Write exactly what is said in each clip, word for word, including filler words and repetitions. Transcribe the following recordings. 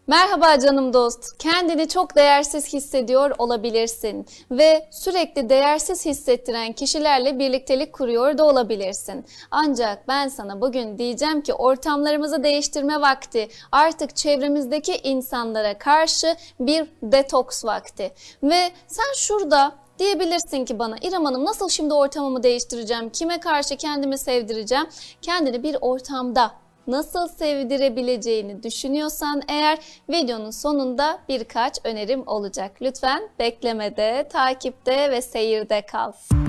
Merhaba canım dost. Kendini çok değersiz hissediyor olabilirsin ve sürekli değersiz hissettiren kişilerle birliktelik kuruyor da olabilirsin. Ancak ben sana bugün diyeceğim ki ortamlarımızı değiştirme vakti. Artık çevremizdeki insanlara karşı bir detoks vakti. Ve sen şurada diyebilirsin ki bana, İrem Hanım nasıl şimdi ortamımı değiştireceğim? Kime karşı kendimi sevdireceğim? Kendini bir ortamda nasıl sevdirebileceğini düşünüyorsan eğer videonun sonunda birkaç önerim olacak. Lütfen beklemede, takipte ve seyirde kal.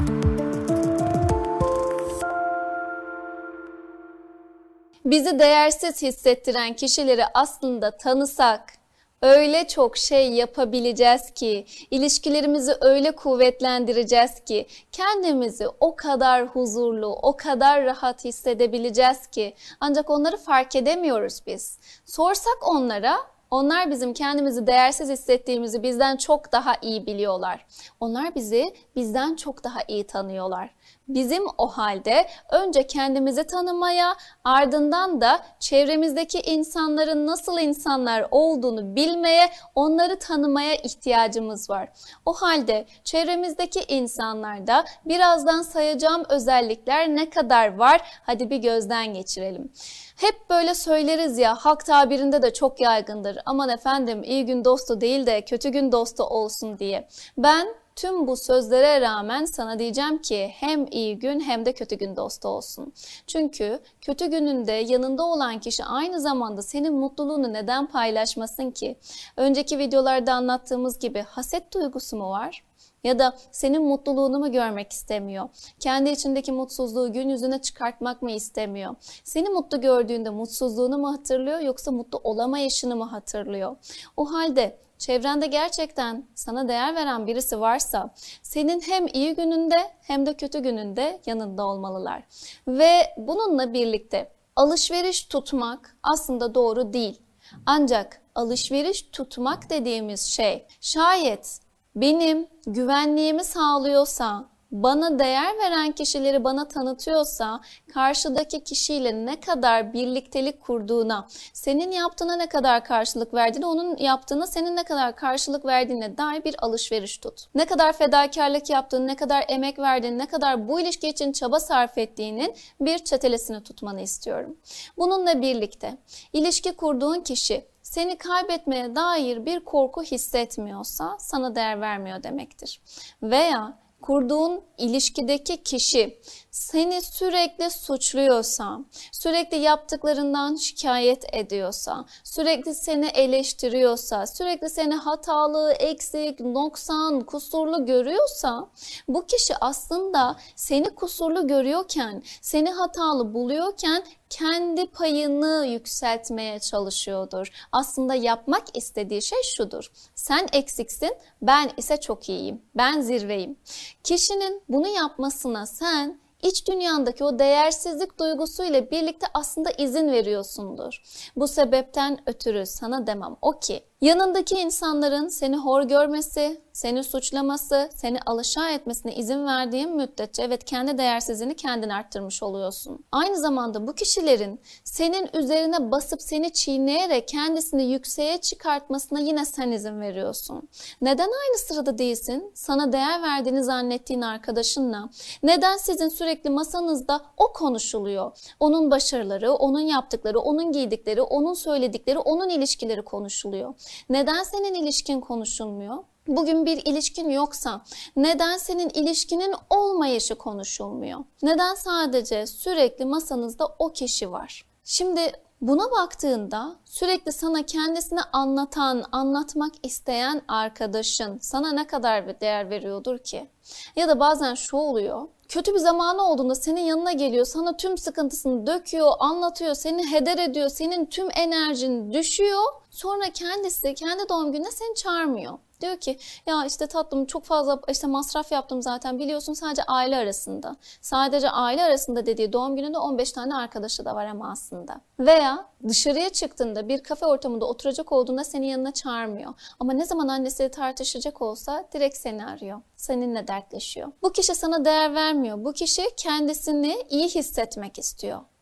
Bizi değersiz hissettiren kişileri aslında tanısak, öyle çok şey yapabileceğiz ki, ilişkilerimizi öyle kuvvetlendireceğiz ki, kendimizi o kadar huzurlu, o kadar rahat hissedebileceğiz ki, ancak onları fark edemiyoruz biz. Sorsak onlara, onlar bizim kendimizi değersiz hissettiğimizi bizden çok daha iyi biliyorlar. Onlar bizi bizden çok daha iyi tanıyorlar. Bizim o halde önce kendimizi tanımaya, ardından da çevremizdeki insanların nasıl insanlar olduğunu bilmeye, onları tanımaya ihtiyacımız var. O halde çevremizdeki insanlarda birazdan sayacağım özellikler ne kadar var? Hadi bir gözden geçirelim. Hep böyle söyleriz ya, halk tabirinde de çok yaygındır. Aman efendim iyi gün dostu değil de kötü gün dostu olsun diye. Ben tüm bu sözlere rağmen sana diyeceğim ki hem iyi gün hem de kötü gün dostu olsun. Çünkü kötü gününde yanında olan kişi aynı zamanda senin mutluluğunu neden paylaşmasın ki? Önceki videolarda anlattığımız gibi haset duygusu mu var? Ya da senin mutluluğunu mu görmek istemiyor? Kendi içindeki mutsuzluğu gün yüzüne çıkartmak mı istemiyor? Seni mutlu gördüğünde mutsuzluğunu mu hatırlıyor yoksa mutlu olamayışını mı hatırlıyor? O halde çevrende gerçekten sana değer veren birisi varsa senin hem iyi gününde hem de kötü gününde yanında olmalılar. Ve bununla birlikte alışveriş tutmak aslında doğru değil. Ancak alışveriş tutmak dediğimiz şey şayet benim güvenliğimi sağlıyorsa, bana değer veren kişileri bana tanıtıyorsa, karşıdaki kişiyle ne kadar birliktelik kurduğuna, senin yaptığına ne kadar karşılık verdiğine, onun yaptığına senin ne kadar karşılık verdiğine dair bir alışveriş tut. Ne kadar fedakarlık yaptığını, ne kadar emek verdiğini, ne kadar bu ilişki için çaba sarf ettiğinin bir çetelesini tutmanı istiyorum. Bununla birlikte ilişki kurduğun kişi seni kaybetmeye dair bir korku hissetmiyorsa sana değer vermiyor demektir. Veya kurduğun ilişkideki kişi seni sürekli suçluyorsa, sürekli yaptıklarından şikayet ediyorsa, sürekli seni eleştiriyorsa, sürekli seni hatalı, eksik, noksan, kusurlu görüyorsa, bu kişi aslında seni kusurlu görüyorken, seni hatalı buluyorken kendi payını yükseltmeye çalışıyordur. Aslında yapmak istediği şey şudur: sen eksiksin, ben ise çok iyiyim, ben zirveyim. Kişinin bunu yapmasına sen İç dünyandaki o değersizlik duygusuyla birlikte aslında izin veriyorsundur. Bu sebepten ötürü sana demem o ki, yanındaki insanların seni hor görmesi, seni suçlaması, seni alaşağı etmesine izin verdiğin müddetçe evet kendi değersizliğini kendin arttırmış oluyorsun. Aynı zamanda bu kişilerin senin üzerine basıp seni çiğneyerek kendisini yükseğe çıkartmasına yine sen izin veriyorsun. Neden aynı sırada değilsin? Sana değer verdiğini zannettiğin arkadaşınla. Neden sizin sürekli masanızda o konuşuluyor? Onun başarıları, onun yaptıkları, onun giydikleri, onun söyledikleri, onun ilişkileri konuşuluyor. Neden senin ilişkin konuşulmuyor? Bugün bir ilişkin yoksa neden senin ilişkinin olmayışı konuşulmuyor? Neden sadece sürekli masanızda o kişi var? Şimdi buna baktığında sürekli sana kendisini anlatan, anlatmak isteyen arkadaşın sana ne kadar değer veriyordur ki? Ya da bazen şu oluyor. Kötü bir zamanı olduğunda senin yanına geliyor, sana tüm sıkıntısını döküyor, anlatıyor, seni heder ediyor, senin tüm enerjin düşüyor. Sonra kendisi kendi doğum gününe seni çağırmıyor. Diyor ki ya işte tatlım çok fazla işte masraf yaptım zaten biliyorsun sadece aile arasında. Sadece aile arasında dediği doğum gününde on beş tane arkadaşı da var ama aslında. Veya dışarıya çıktığında bir kafe ortamında oturacak olduğunda seni yanına çağırmıyor. Ama ne zaman annesiyle tartışacak olsa direkt seni arıyor. Seninle dertleşiyor. Bu kişi sana değer vermiyor. Bu kişi kendisini iyi hissetmek istiyor.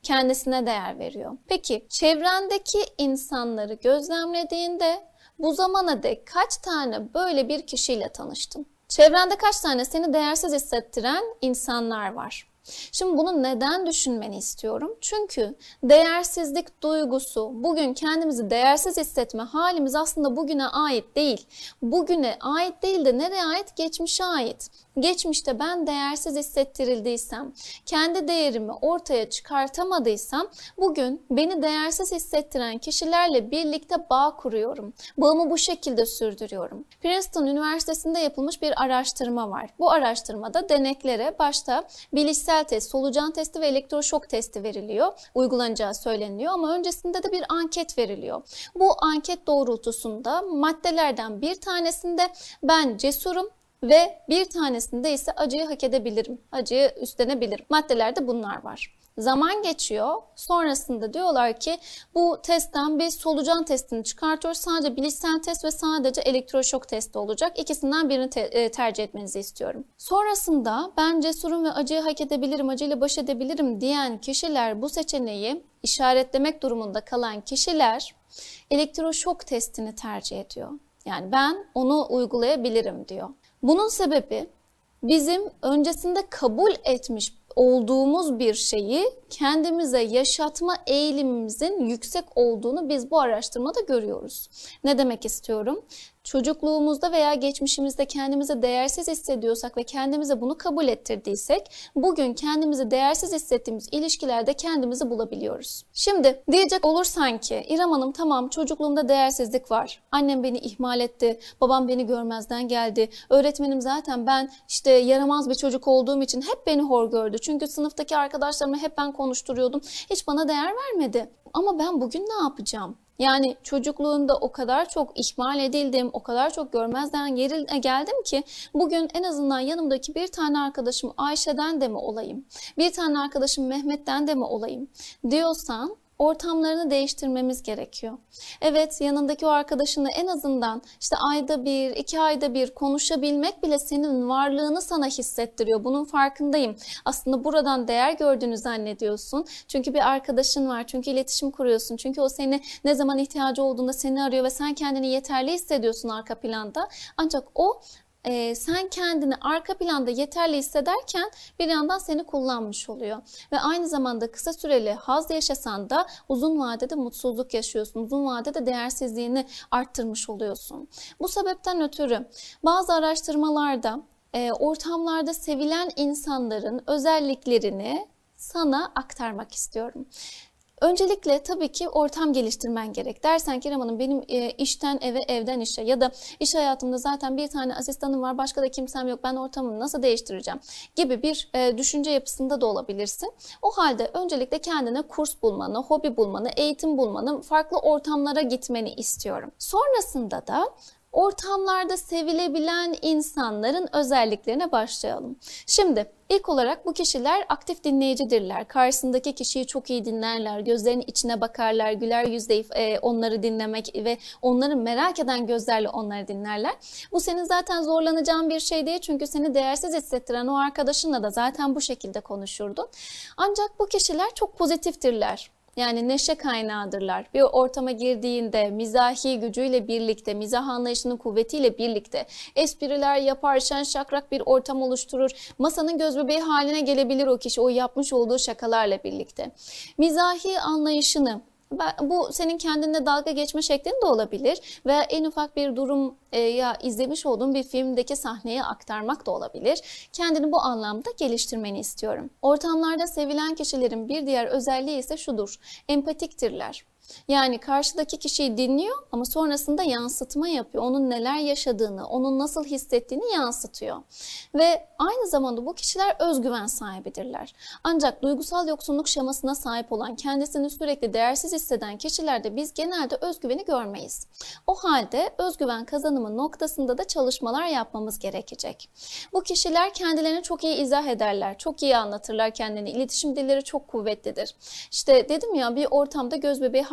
kendisine değer veriyor. Peki çevrendeki insanları gözlemlediğinde bu zamana dek kaç tane böyle bir kişiyle tanıştın? Çevrende kaç tane seni değersiz hissettiren insanlar var? Şimdi bunu neden düşünmeni istiyorum? Çünkü değersizlik duygusu, bugün kendimizi değersiz hissetme halimiz aslında bugüne ait değil. Bugüne ait değil de nereye ait? Geçmişe ait. Geçmişte ben değersiz hissettirildiysem, kendi değerimi ortaya çıkartamadıysam bugün beni değersiz hissettiren kişilerle birlikte bağ kuruyorum. Bağımı bu şekilde sürdürüyorum. Princeton Üniversitesi'nde yapılmış bir araştırma var. Bu araştırmada deneklere başta bilişsel test, solucan testi ve elektroşok testi veriliyor. Uygulanacağı söyleniyor ama öncesinde de bir anket veriliyor. Bu anket doğrultusunda maddelerden bir tanesinde ben cesurum ve bir tanesinde ise acıyı hak edebilirim, acıyı üstlenebilirim. Maddelerde bunlar var. Zaman geçiyor. Sonrasında diyorlar ki bu testten bir solucan testini çıkartıyoruz. Sadece bilişsel test ve sadece elektroşok testi olacak. İkisinden birini te- tercih etmenizi istiyorum. Sonrasında ben cesurum ve acıyı hak edebilirim, acıyla baş edebilirim diyen kişiler, bu seçeneği işaretlemek durumunda kalan kişiler elektroşok testini tercih ediyor. Yani ben onu uygulayabilirim diyor. Bunun sebebi bizim öncesinde kabul etmiş olduğumuz bir şeyi kendimize yaşatma eğilimimizin yüksek olduğunu biz bu araştırmada görüyoruz. Ne demek istiyorum? Çocukluğumuzda veya geçmişimizde kendimizi değersiz hissediyorsak ve kendimize bunu kabul ettirdiysek bugün kendimizi değersiz hissettiğimiz ilişkilerde kendimizi bulabiliyoruz. Şimdi diyecek olursan ki İrem Hanım tamam çocukluğumda değersizlik var. Annem beni ihmal etti, babam beni görmezden geldi. Öğretmenim zaten ben işte yaramaz bir çocuk olduğum için hep beni hor gördü. Çünkü sınıftaki arkadaşlarımla hep ben konuşturuyordum. Hiç bana değer vermedi. Ama ben bugün ne yapacağım? Yani çocukluğumda o kadar çok ihmal edildim, o kadar çok görmezden geldim ki bugün en azından yanımdaki bir tane arkadaşım Ayşe'den de mi olayım, bir tane arkadaşım Mehmet'ten de mi olayım diyorsan ortamlarını değiştirmemiz gerekiyor. Evet, yanındaki o arkadaşını en azından işte ayda bir, iki ayda bir konuşabilmek bile senin varlığını sana hissettiriyor. Bunun farkındayım. Aslında buradan değer gördüğünü zannediyorsun. Çünkü bir arkadaşın var, çünkü iletişim kuruyorsun. Çünkü o seni ne zaman ihtiyacı olduğunda seni arıyor ve sen kendini yeterli hissediyorsun arka planda. Ancak o Ee, sen kendini arka planda yeterli hissederken bir yandan seni kullanmış oluyor. Ve aynı zamanda kısa süreli haz yaşasan da uzun vadede mutsuzluk yaşıyorsun. Uzun vadede değersizliğini arttırmış oluyorsun. Bu sebepten ötürü bazı araştırmalarda e, ortamlarda sevilen insanların özelliklerini sana aktarmak istiyorum. Öncelikle tabii ki ortam geliştirmen gerek. Dersen ki İrem Hanım benim e, işten eve, evden işe ya da iş hayatımda zaten bir tane asistanım var, başka da kimsem yok, ben ortamımı nasıl değiştireceğim gibi bir e, düşünce yapısında da olabilirsin. O halde öncelikle kendine kurs bulmanı, hobi bulmanı, eğitim bulmanı, farklı ortamlara gitmeni istiyorum. Sonrasında da ortamlarda sevilebilen insanların özelliklerine başlayalım. Şimdi ilk olarak bu kişiler aktif dinleyicidirler. Karşısındaki kişiyi çok iyi dinlerler, gözlerinin içine bakarlar, güler yüzle onları dinlemek ve onları merak eden gözlerle onları dinlerler. Bu senin zaten zorlanacağın bir şey değil çünkü seni değersiz hissettiren o arkadaşınla da zaten bu şekilde konuşurdun. Ancak bu kişiler çok pozitiftirler. Yani neşe kaynağıdırlar. Bir ortama girdiğinde mizahi gücüyle birlikte, mizah anlayışının kuvvetiyle birlikte espriler yapar, şen şakrak bir ortam oluşturur. Masanın gözbebeği haline gelebilir o kişi o yapmış olduğu şakalarla birlikte. Mizahi anlayışını, bu senin kendinle dalga geçme şeklin de olabilir veya en ufak bir durum e, ya izlemiş olduğun bir filmdeki sahneye aktarmak da olabilir. Kendini bu anlamda geliştirmeni istiyorum. Ortamlarda sevilen kişilerin bir diğer özelliği ise şudur: empatiktirler. Yani karşıdaki kişiyi dinliyor ama sonrasında yansıtma yapıyor. Onun neler yaşadığını, onun nasıl hissettiğini yansıtıyor. Ve aynı zamanda bu kişiler özgüven sahibidirler. Ancak duygusal yoksunluk şemasına sahip olan, kendisini sürekli değersiz hisseden kişilerde biz genelde özgüveni görmeyiz. O halde özgüven kazanımı noktasında da çalışmalar yapmamız gerekecek. Bu kişiler kendilerini çok iyi izah ederler, çok iyi anlatırlar kendini. İletişim dilleri çok kuvvetlidir. İşte dedim ya, bir ortamda gözbebeği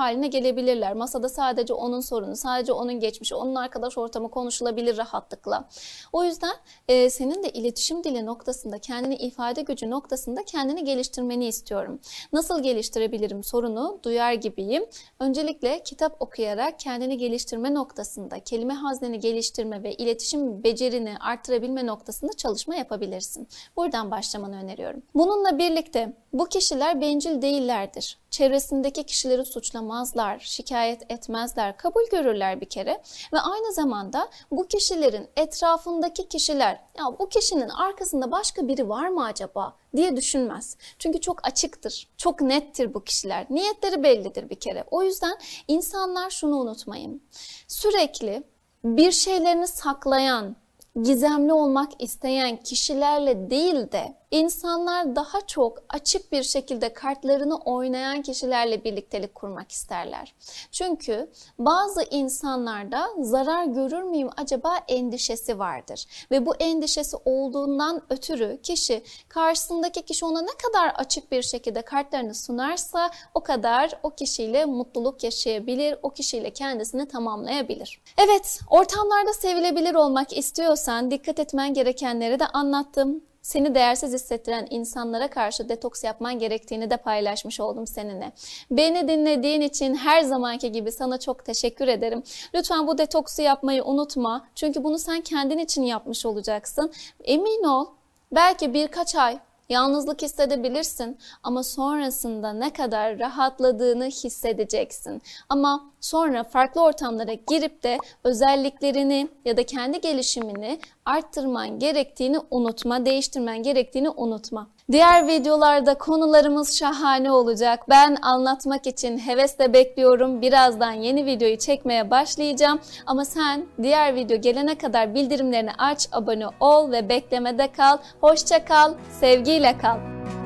haline gelebilirler. Masada sadece onun sorunu, sadece onun geçmişi, onun arkadaş ortamı konuşulabilir rahatlıkla. O yüzden e, senin de iletişim dili noktasında, kendini ifade gücü noktasında kendini geliştirmeni istiyorum. Nasıl geliştirebilirim sorunu duyar gibiyim. Öncelikle kitap okuyarak kendini geliştirme noktasında, kelime hazneni geliştirme ve iletişim becerini artırabilme noktasında çalışma yapabilirsin. Buradan başlamanı öneriyorum. Bununla birlikte bu kişiler bencil değillerdir. Çevresindeki kişileri suçlamazlar, şikayet etmezler, kabul görürler bir kere ve aynı zamanda bu kişilerin etrafındaki kişiler, ya bu kişinin arkasında başka biri var mı acaba diye düşünmez. Çünkü çok açıktır, çok nettir bu kişiler. Niyetleri bellidir bir kere. O yüzden insanlar şunu unutmayın. Sürekli bir şeylerini saklayan, gizemli olmak isteyen kişilerle değil de İnsanlar daha çok açık bir şekilde kartlarını oynayan kişilerle birliktelik kurmak isterler. Çünkü bazı insanlarda zarar görür müyüm acaba endişesi vardır. Ve bu endişesi olduğundan ötürü kişi, karşısındaki kişi ona ne kadar açık bir şekilde kartlarını sunarsa o kadar o kişiyle mutluluk yaşayabilir, o kişiyle kendisini tamamlayabilir. Evet, ortamlarda sevilebilir olmak istiyorsan dikkat etmen gerekenleri de anlattım. Seni değersiz hissettiren insanlara karşı detoks yapman gerektiğini de paylaşmış oldum seninle. Beni dinlediğin için her zamanki gibi sana çok teşekkür ederim. Lütfen bu detoksu yapmayı unutma. Çünkü bunu sen kendin için yapmış olacaksın. Emin ol, belki birkaç ay yalnızlık hissedebilirsin ama sonrasında ne kadar rahatladığını hissedeceksin. Ama sonra farklı ortamlara girip de özelliklerini ya da kendi gelişimini arttırman gerektiğini unutma, değiştirmen gerektiğini unutma. Diğer videolarda konularımız şahane olacak. Ben anlatmak için hevesle bekliyorum. Birazdan yeni videoyu çekmeye başlayacağım. Ama sen diğer video gelene kadar bildirimlerini aç, abone ol ve beklemede kal. Hoşça kal, sevgiyle kal.